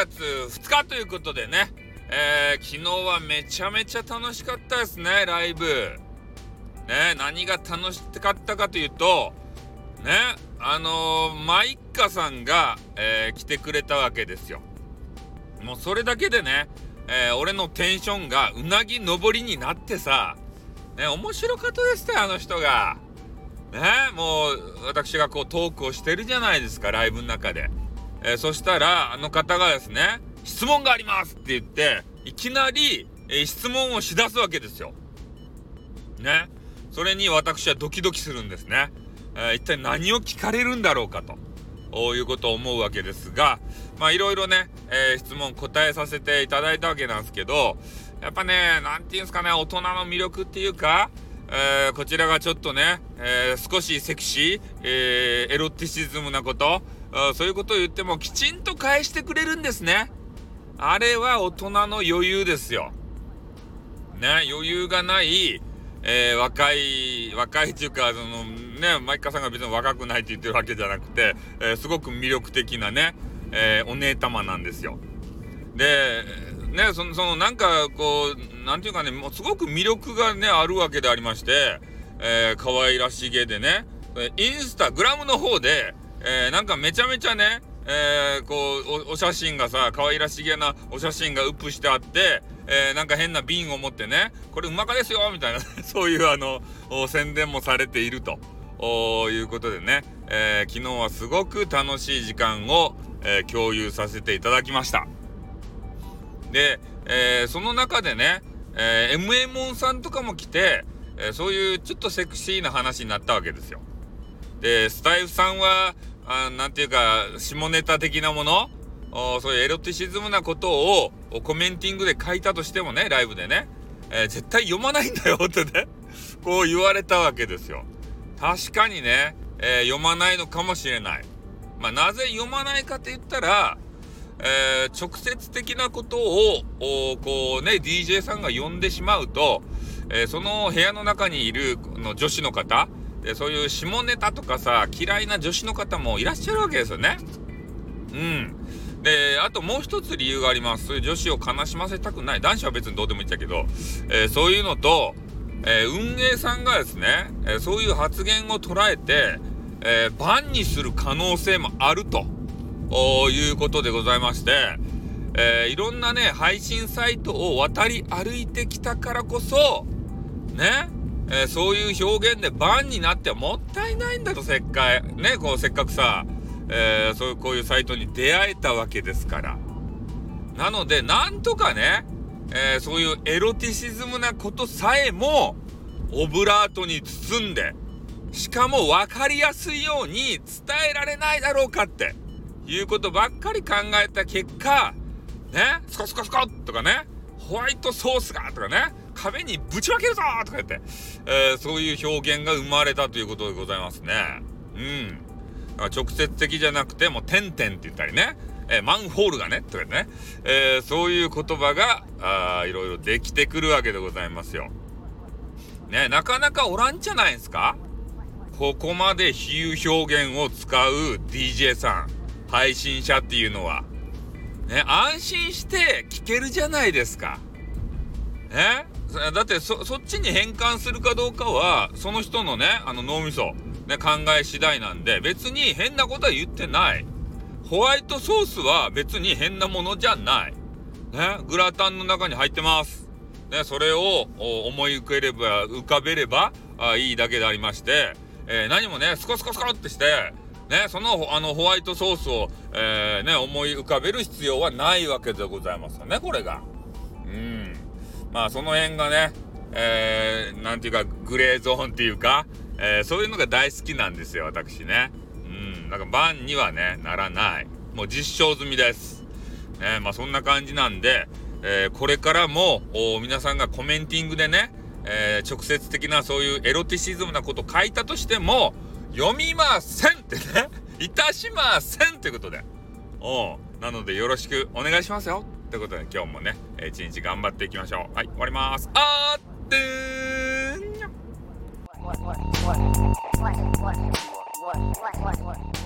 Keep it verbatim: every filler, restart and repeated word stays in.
がつふつかということでね、えー、昨日はめちゃめちゃ楽しかったですね、ライブ。ね、何が楽しかったかというと、ね、あのー、マイッカさんが、えー、来てくれたわけですよ。もうそれだけでね、えー、俺のテンションがうなぎ登りになってさ、ね、面白かったですよ、あの人が。ね、もう私がこうトークをしてるじゃないですか、ライブの中で。えー、そしたらあの方がですね、質問がありますって言っていきなり、えー、質問をしだすわけですよ。ね、それに私はドキドキするんですね。えー、一体何を聞かれるんだろうかということを思うわけですが、まあいろいろね、えー、質問答えさせていただいたわけなんですけど、やっぱね、なんていうんですかね、大人の魅力っていうか、えー、こちらがちょっとね、えー、少しセクシー、えー、エロティシズムなこと、そういうことを言ってもきちんと返してくれるんですね。あれは大人の余裕ですよ。ね、余裕がない、えー、若い、若いっていうか、そのね、マイカさんが別に若くないって言ってるわけじゃなくて、えー、すごく魅力的なね、えー、お姉玉なんですよ。で、ね、その、そのなんかこう、なんていうかね、もうすごく魅力がね、あるわけでありまして、えー、可愛らしげでね、インスタグラムの方で、えー、なんかめちゃめちゃね、えー、こう お, お写真がさ、可愛らしげなお写真がウップしてあって、えー、なんか変な瓶を持ってね、これうまかですよみたいなそういうあの宣伝もされているということでね、えー、昨日はすごく楽しい時間を、えー、共有させていただきました。で、えー、その中でね、えー、エムエム モンさんとかも来て、えー、そういうちょっとセクシーな話になったわけですよ。で、スタイフさんはあなんていうか下ネタ的なもの、そういうエロティシズムなことをコメンティングで書いたとしてもね、ライブでね、えー、絶対読まないんだよってねこう言われたわけですよ。確かにね、えー、読まないのかもしれない。まあなぜ読まないかって言ったら、えー、直接的なことをこうね ディージェー さんが読んでしまうと、えー、その部屋の中にいるの女子の方で、そういう下ネタとかさ嫌いな女子の方もいらっしゃるわけですよね。うん。で、あともう一つ理由があります。そういう女子を悲しませたくない。男子は別にどうでもいいんだけど、えー、そういうのと、えー、運営さんがですね、えー、そういう発言を捉えて、えー、バンにする可能性もあるということでございまして、えー、いろんなね配信サイトを渡り歩いてきたからこそね、えー、そういう表現でバンになってはもったいないんだと、せっかいね、こうせっかくさ、えー、そういうこういうサイトに出会えたわけですから。なのでなんとかね、えー、そういうエロティシズムなことさえもオブラートに包んで、しかも分かりやすいように伝えられないだろうかっていうことばっかり考えた結果ね、スコスコスコとかね、ホワイトソースがとかね、壁にぶちまけるぞとか言って、えー、そういう表現が生まれたということでございますね。うん。直接的じゃなくてもう点々って言ったりね、えー、マンホールがねとかね、えー、そういう言葉があいろいろできてくるわけでございますよ。ね、なかなかおらんじゃないですか、ここまで比喩表現を使う ディージェー さん、配信者っていうのはね、安心して聞けるじゃないですか。ね、だって そ, そっちに変換するかどうかはその人のね、あの脳みそね、考え次第なんで、別に変なことは言ってない。ホワイトソースは別に変なものじゃない。ね、グラタンの中に入ってます。ね、それを思い浮かべれば、浮かべればあいいだけでありまして、えー、何もね、スコスコスコってして、ね、そのあのホワイトソースを、えーね、思い浮かべる必要はないわけでございますよね、これが。うん。まあその辺がね、えー、なんていうかグレーゾーンっていうか、えー、そういうのが大好きなんですよ、私ね。うん。なんかバンにはね、ならない。もう実証済みです。ね、まあそんな感じなんで、えー、これからも皆さんがコメンティングでね、えー、直接的なそういうエロティシズムなこと書いたとしても、読みませんってね、いたしませんということで、おなのでよろしくお願いしますよということで、今日もね一日頑張っていきましょう。はい、終わります。あーってーん。